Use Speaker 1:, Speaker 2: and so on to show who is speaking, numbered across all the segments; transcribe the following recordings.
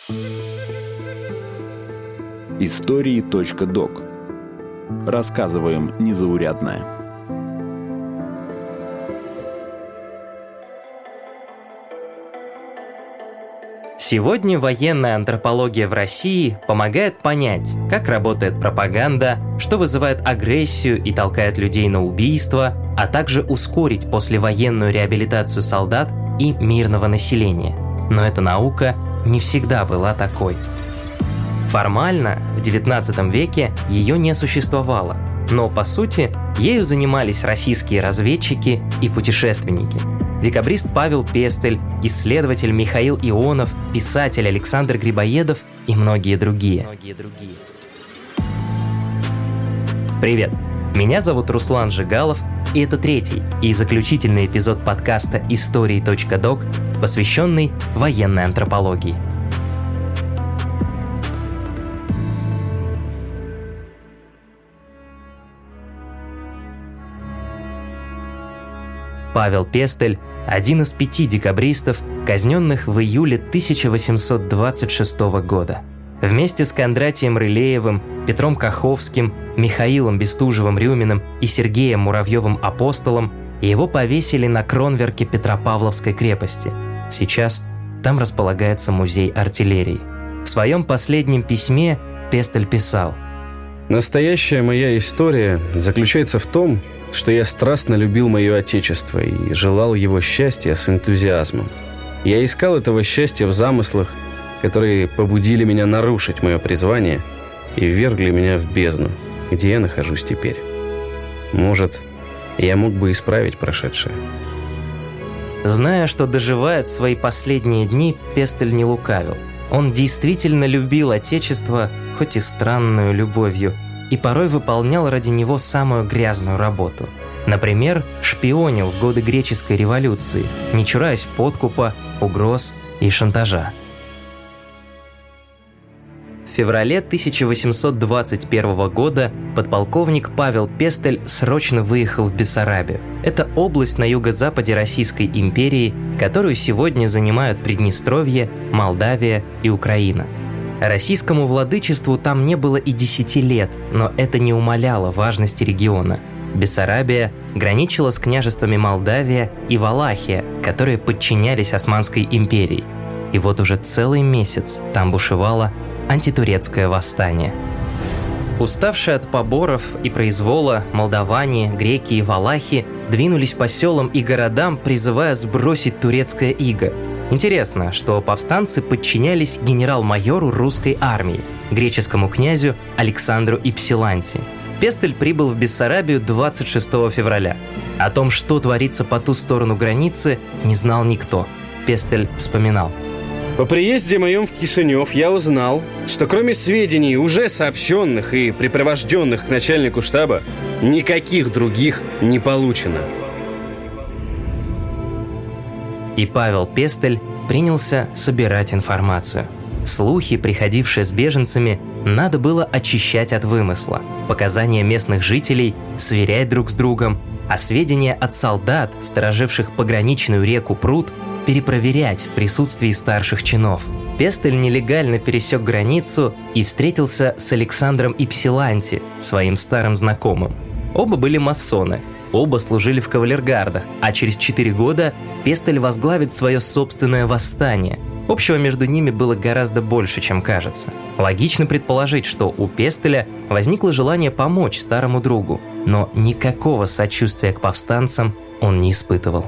Speaker 1: Истории.док. Рассказываем незаурядное.
Speaker 2: Сегодня военная антропология в России помогает понять, как работает пропаганда, что вызывает агрессию и толкает людей на убийство, а также ускорить послевоенную реабилитацию солдат и мирного населения. Но эта наука не всегда была такой. Формально в XIX веке ее не существовало, но по сути ею занимались российские разведчики и путешественники. Декабрист Павел Пестель, исследователь Михаил Ионов, писатель Александр Грибоедов и многие другие. Привет, меня зовут Руслан Жигалов, и это третий и заключительный эпизод подкаста Истории.док, посвященный военной антропологии. Павел Пестель – один из 5 декабристов, казненных в июле 1826 года. Вместе с Кондратием Рылеевым, Петром Каховским, Михаилом Бестужевым-Рюминым и Сергеем Муравьевым-Апостолом его повесили на кронверке Петропавловской крепости. Сейчас там располагается музей артиллерии. В своем последнем письме Пестель писал:
Speaker 3: «Настоящая моя история заключается в том, что я страстно любил мое отечество и желал его счастья с энтузиазмом. Я искал этого счастья в замыслах, которые побудили меня нарушить мое призвание и ввергли меня в бездну, где я нахожусь теперь. Может, я мог бы исправить прошедшее».
Speaker 2: Зная, что доживает свои последние дни, Пестель не лукавил. Он действительно любил отечество, хоть и странную любовью, и порой выполнял ради него самую грязную работу. Например, шпионил в годы греческой революции, не чураясь подкупа, угроз и шантажа. В феврале 1821 года подполковник Павел Пестель срочно выехал в Бессарабию. Это область на юго-западе Российской империи, которую сегодня занимают Приднестровье, Молдавия и Украина. Российскому владычеству там не было и 10 лет, но это не умаляло важности региона. Бессарабия граничила с княжествами Молдавия и Валахия, которые подчинялись Османской империи. И вот уже целый месяц там бушевало антитурецкое восстание. Уставшие от поборов и произвола, молдаване, греки и валахи двинулись по селам и городам, призывая сбросить турецкое иго. Интересно, что повстанцы подчинялись генерал-майору русской армии, греческому князю Александру Ипсиланти. Пестель прибыл в Бессарабию 26 февраля. О том, что творится по ту сторону границы, не знал никто. Пестель вспоминал:
Speaker 3: «По приезде моем в Кишинев я узнал, что кроме сведений, уже сообщенных и припровожденных к начальнику штаба, никаких других не получено».
Speaker 2: И Павел Пестель принялся собирать информацию. Слухи, приходившие с беженцами, надо было очищать от вымысла, показания местных жителей сверять друг с другом, а сведения от солдат, стороживших пограничную реку Прут, перепроверять в присутствии старших чинов. Пестель нелегально пересек границу и встретился с Александром Ипсиланти, своим старым знакомым. Оба были масоны, оба служили в кавалергардах, а через 4 года Пестель возглавит свое собственное восстание. Общего между ними было гораздо больше, чем кажется. Логично предположить, что у Пестеля возникло желание помочь старому другу, но никакого сочувствия к повстанцам он не испытывал.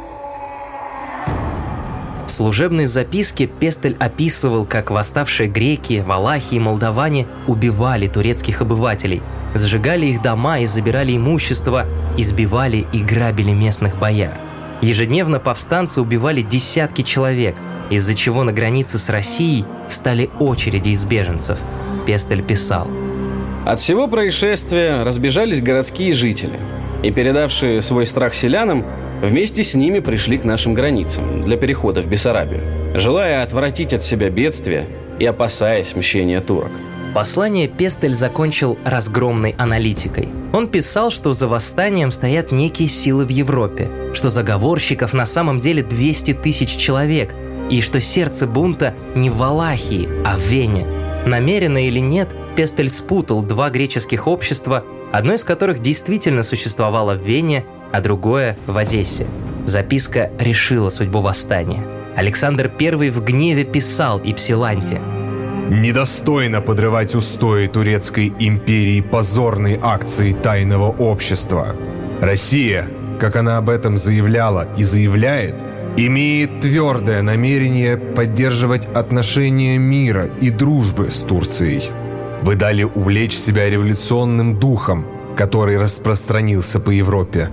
Speaker 2: В служебной записке Пестель описывал, как восставшие греки, валахи и молдаване убивали турецких обывателей, сжигали их дома и забирали имущество, избивали и грабили местных бояр. Ежедневно повстанцы убивали десятки человек, из-за чего на границе с Россией встали очереди из беженцев. Пестель писал:
Speaker 3: «От всего происшествия разбежались городские жители, и, передавшие свой страх селянам, вместе с ними пришли к нашим границам для перехода в Бессарабию, желая отвратить от себя бедствия и опасаясь мщения турок».
Speaker 2: Послание Пестель закончил разгромной аналитикой. Он писал, что за восстанием стоят некие силы в Европе, что заговорщиков на самом деле 200 тысяч человек, и что сердце бунта не в Валахии, а в Вене. Намеренно или нет, Пестель спутал два греческих общества, одно из которых действительно существовало в Вене, а другое – в Одессе. Записка решила судьбу восстания. Александр I в гневе писал Ипсиланте:
Speaker 4: «Недостойно подрывать устои турецкой империи позорной акцией тайного общества. Россия, как она об этом заявляла и заявляет, имеет твердое намерение поддерживать отношения мира и дружбы с Турцией. Вы дали увлечь себя революционным духом, который распространился по Европе».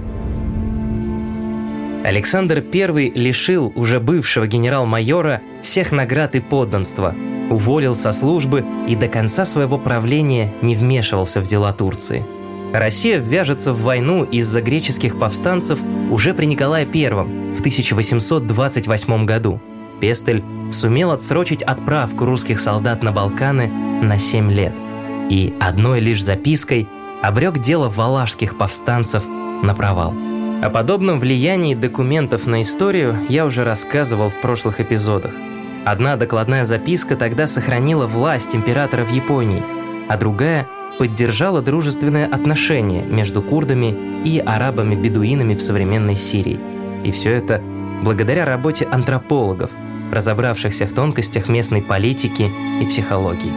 Speaker 2: Александр I лишил уже бывшего генерал-майора всех наград и подданства, уволил со службы и до конца своего правления не вмешивался в дела Турции. Россия ввяжется в войну из-за греческих повстанцев уже при Николае I в 1828 году. Пестель сумел отсрочить отправку русских солдат на Балканы на 7 лет и одной лишь запиской обрек дело валашских повстанцев на провал. О подобном влиянии документов на историю я уже рассказывал в прошлых эпизодах. Одна докладная записка тогда сохранила власть императора в Японии, а другая поддержала дружественные отношения между курдами и арабами-бедуинами в современной Сирии. И все это благодаря работе антропологов, разобравшихся в тонкостях местной политики и психологии.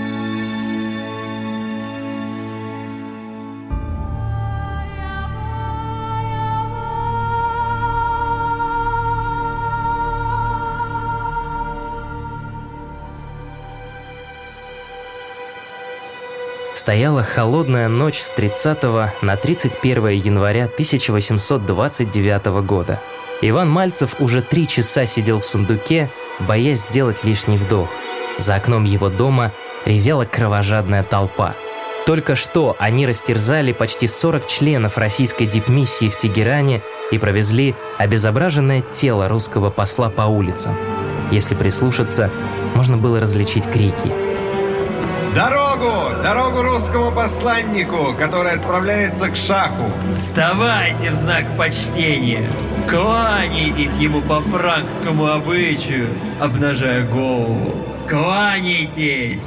Speaker 2: Стояла холодная ночь с 30 на 31 января 1829 года. Иван Мальцев уже 3 часа сидел в сундуке, боясь сделать лишний вдох. За окном его дома ревела кровожадная толпа. Только что они растерзали почти 40 членов российской дипмиссии в Тегеране и провезли обезображенное тело русского посла по улицам. Если прислушаться, можно было различить крики:
Speaker 4: «Дорогу! Дорогу русскому посланнику, который отправляется к шаху!»
Speaker 5: «Вставайте в знак почтения! Кланяйтесь ему по франкскому обычаю, обнажая голову! Кланяйтесь!»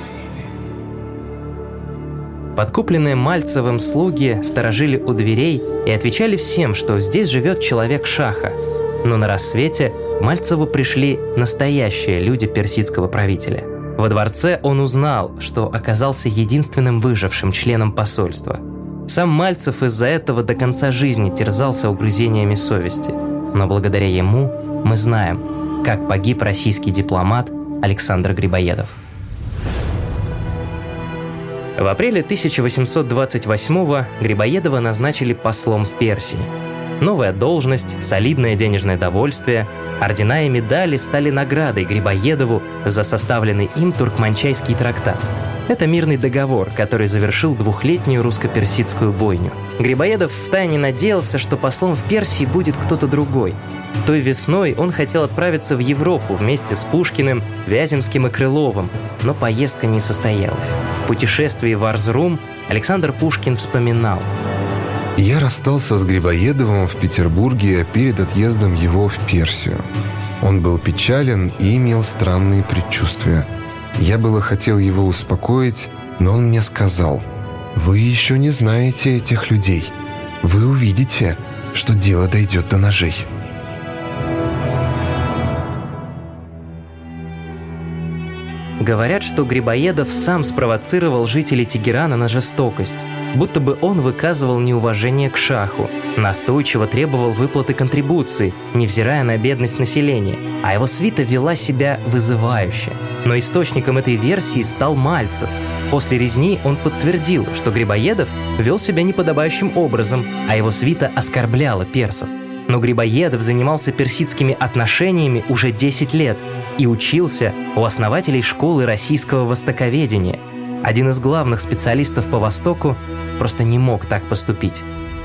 Speaker 2: Подкупленные Мальцевым слуги сторожили у дверей и отвечали всем, что здесь живет человек шаха. Но на рассвете Мальцеву пришли настоящие люди персидского правителя. Во дворце он узнал, что оказался единственным выжившим членом посольства. Сам Мальцев из-за этого до конца жизни терзался угрызениями совести. Но благодаря ему мы знаем, как погиб российский дипломат Александр Грибоедов. В апреле 1828-го Грибоедова назначили послом в Персии. Новая должность, солидное денежное довольствие, ордена и медали стали наградой Грибоедову за составленный им Туркманчайский трактат. Это мирный договор, который завершил 2-летнюю русско-персидскую бойню. Грибоедов втайне надеялся, что послом в Персии будет кто-то другой. Той весной он хотел отправиться в Европу вместе с Пушкиным, Вяземским и Крыловым, но поездка не состоялась. В путешествии в Арзрум Александр Пушкин вспоминал:
Speaker 4: «Я расстался с Грибоедовым в Петербурге перед отъездом его в Персию. Он был печален и имел странные предчувствия. Я было хотел его успокоить, но он мне сказал: «Вы еще не знаете этих людей. Вы увидите, что дело дойдет до ножей».
Speaker 2: Говорят, что Грибоедов сам спровоцировал жителей Тегерана на жестокость, будто бы он выказывал неуважение к шаху, настойчиво требовал выплаты контрибуций, невзирая на бедность населения, а его свита вела себя вызывающе. Но источником этой версии стал Мальцев. После резни он подтвердил, что Грибоедов вел себя неподобающим образом, а его свита оскорбляла персов. Но Грибоедов занимался персидскими отношениями уже 10 лет и учился у основателей школы российского востоковедения. Один из главных специалистов по Востоку просто не мог так поступить.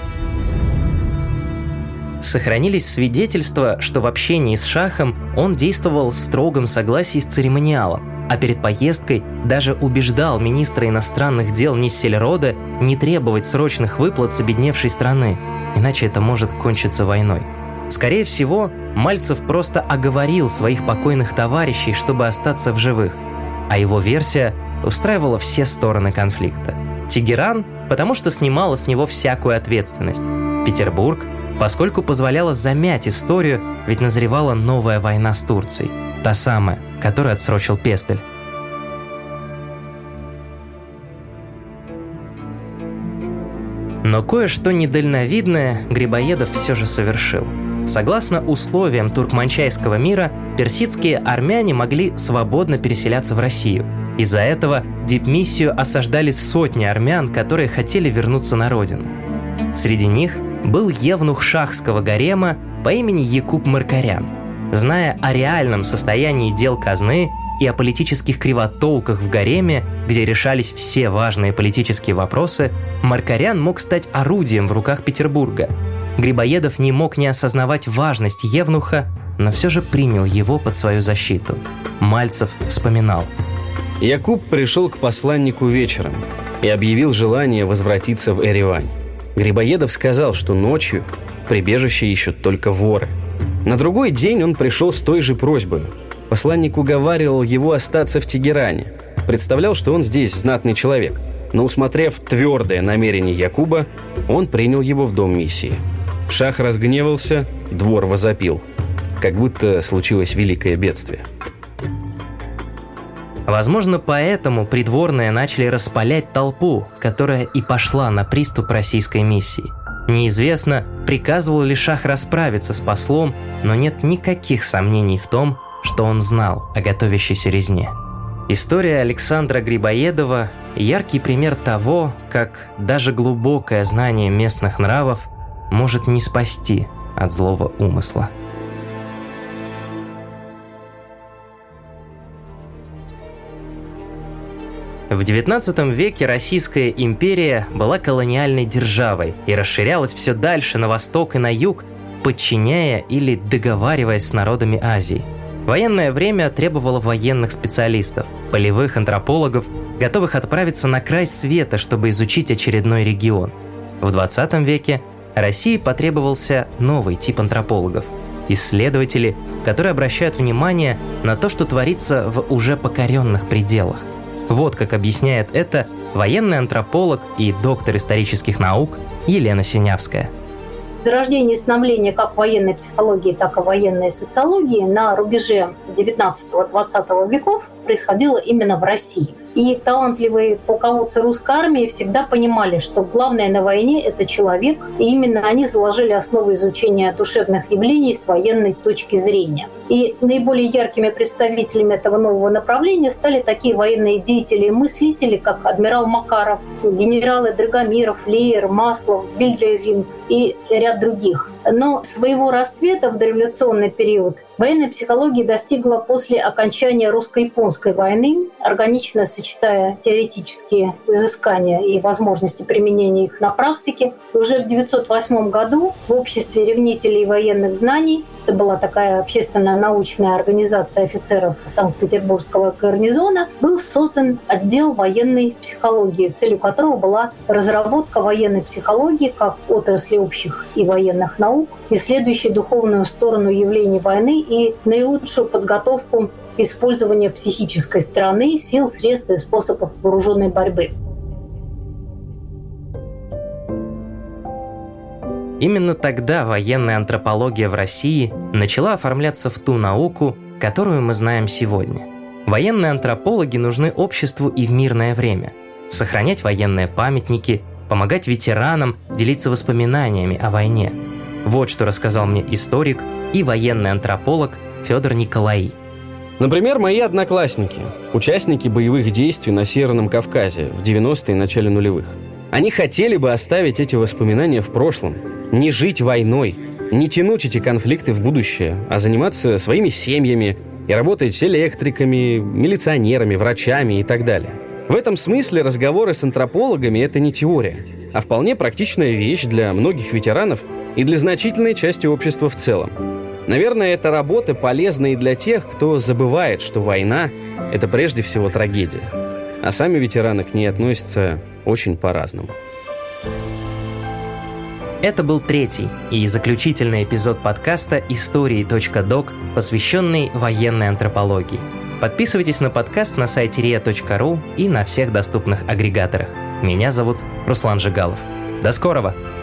Speaker 2: Сохранились свидетельства, что в общении с шахом он действовал в строгом согласии с церемониалом, а перед поездкой даже убеждал министра иностранных дел Ниссельрода не требовать срочных выплат с обедневшей страны, иначе это может кончиться войной. Скорее всего, Мальцев просто оговорил своих покойных товарищей, чтобы остаться в живых, а его версия устраивала все стороны конфликта. Тегеран, потому что снимала с него всякую ответственность. Петербург, поскольку позволяла замять историю, ведь назревала новая война с Турцией, та самая, которую отсрочил Пестель. Но кое-что недальновидное Грибоедов все же совершил. Согласно условиям Туркманчайского мира, персидские армяне могли свободно переселяться в Россию. Из-за этого дипмиссию осаждали сотни армян, которые хотели вернуться на родину. Среди них был евнух шахского гарема по имени Якуб Маркарян. Зная о реальном состоянии дел казны и о политических кривотолках в гареме, где решались все важные политические вопросы, Маркарян мог стать орудием в руках Петербурга. Грибоедов не мог не осознавать важность евнуха, но все же принял его под свою защиту. Мальцев вспоминал.
Speaker 3: Якуб пришел к посланнику вечером и объявил желание возвратиться в Еревань. Грибоедов сказал, что ночью прибежище ищут только воры. На другой день он пришел с той же просьбой. Посланник уговаривал его остаться в Тегеране. Представлял, что он здесь знатный человек. Но, усмотрев твердое намерение Якуба, он принял его в дом миссии. Шах разгневался, двор возопил. Как будто случилось великое бедствие.
Speaker 2: Возможно, поэтому придворные начали распалять толпу, которая и пошла на приступ российской миссии. Неизвестно, приказывал ли Шах расправиться с послом, но нет никаких сомнений в том, что он знал о готовящейся резне. История Александра Грибоедова – яркий пример того, как даже глубокое знание местных нравов может не спасти от злого умысла. В XIX веке Российская империя была колониальной державой и расширялась все дальше на восток и на юг, подчиняя или договариваясь с народами Азии. Военное время требовало военных специалистов, полевых антропологов, готовых отправиться на край света, чтобы изучить очередной регион. В XX веке России потребовался новый тип антропологов – исследователи, которые обращают внимание на то, что творится в уже покоренных пределах. Вот как объясняет это военный антрополог и доктор исторических наук Елена Синявская.
Speaker 6: Зарождение и становление как военной психологии, так и военной социологии на рубеже 19-20 веков происходило именно в России. И талантливые полководцы русской армии всегда понимали, что главное на войне – это человек, и именно они заложили основу изучения душевных явлений с военной точки зрения. И наиболее яркими представителями этого нового направления стали такие военные деятели и мыслители, как адмирал Макаров, генералы Драгомиров, Леер, Маслов, Бильдерин и ряд других. Но своего расцвета в дореволюционный период военная психология достигла после окончания русско-японской войны, органично сочетая теоретические изыскания и возможности применения их на практике. И уже в 1908 году в обществе ревнителей военных знаний, это была такая общественно-научная организация офицеров Санкт-Петербургского гарнизона, был создан отдел военной психологии, целью которого была разработка военной психологии как отрасли общих и военных наук, исследующей духовную сторону явлений войны и наилучшую подготовку использования психической стороны, сил, средств и способов вооруженной борьбы.
Speaker 2: Именно тогда военная антропология в России начала оформляться в ту науку, которую мы знаем сегодня. Военные антропологи нужны обществу и в мирное время. Сохранять военные памятники, помогать ветеранам делиться воспоминаниями о войне. Вот что рассказал мне историк и военный антрополог Федор Николаи.
Speaker 3: Например, мои одноклассники, участники боевых действий на Северном Кавказе в 90-е и начале нулевых. Они хотели бы оставить эти воспоминания в прошлом, не жить войной, не тянуть эти конфликты в будущее, а заниматься своими семьями и работать электриками, милиционерами, врачами и так далее. В этом смысле разговоры с антропологами – это не теория, а вполне практичная вещь для многих ветеранов и для значительной части общества в целом. Наверное, эта работа полезна и для тех, кто забывает, что война – это прежде всего трагедия, а сами ветераны к ней относятся очень по-разному.
Speaker 2: Это был третий и заключительный эпизод подкаста «Истории.док», посвященный военной антропологии. Подписывайтесь на подкаст на сайте ria.ru и на всех доступных агрегаторах. Меня зовут Руслан Жигалов. До скорого!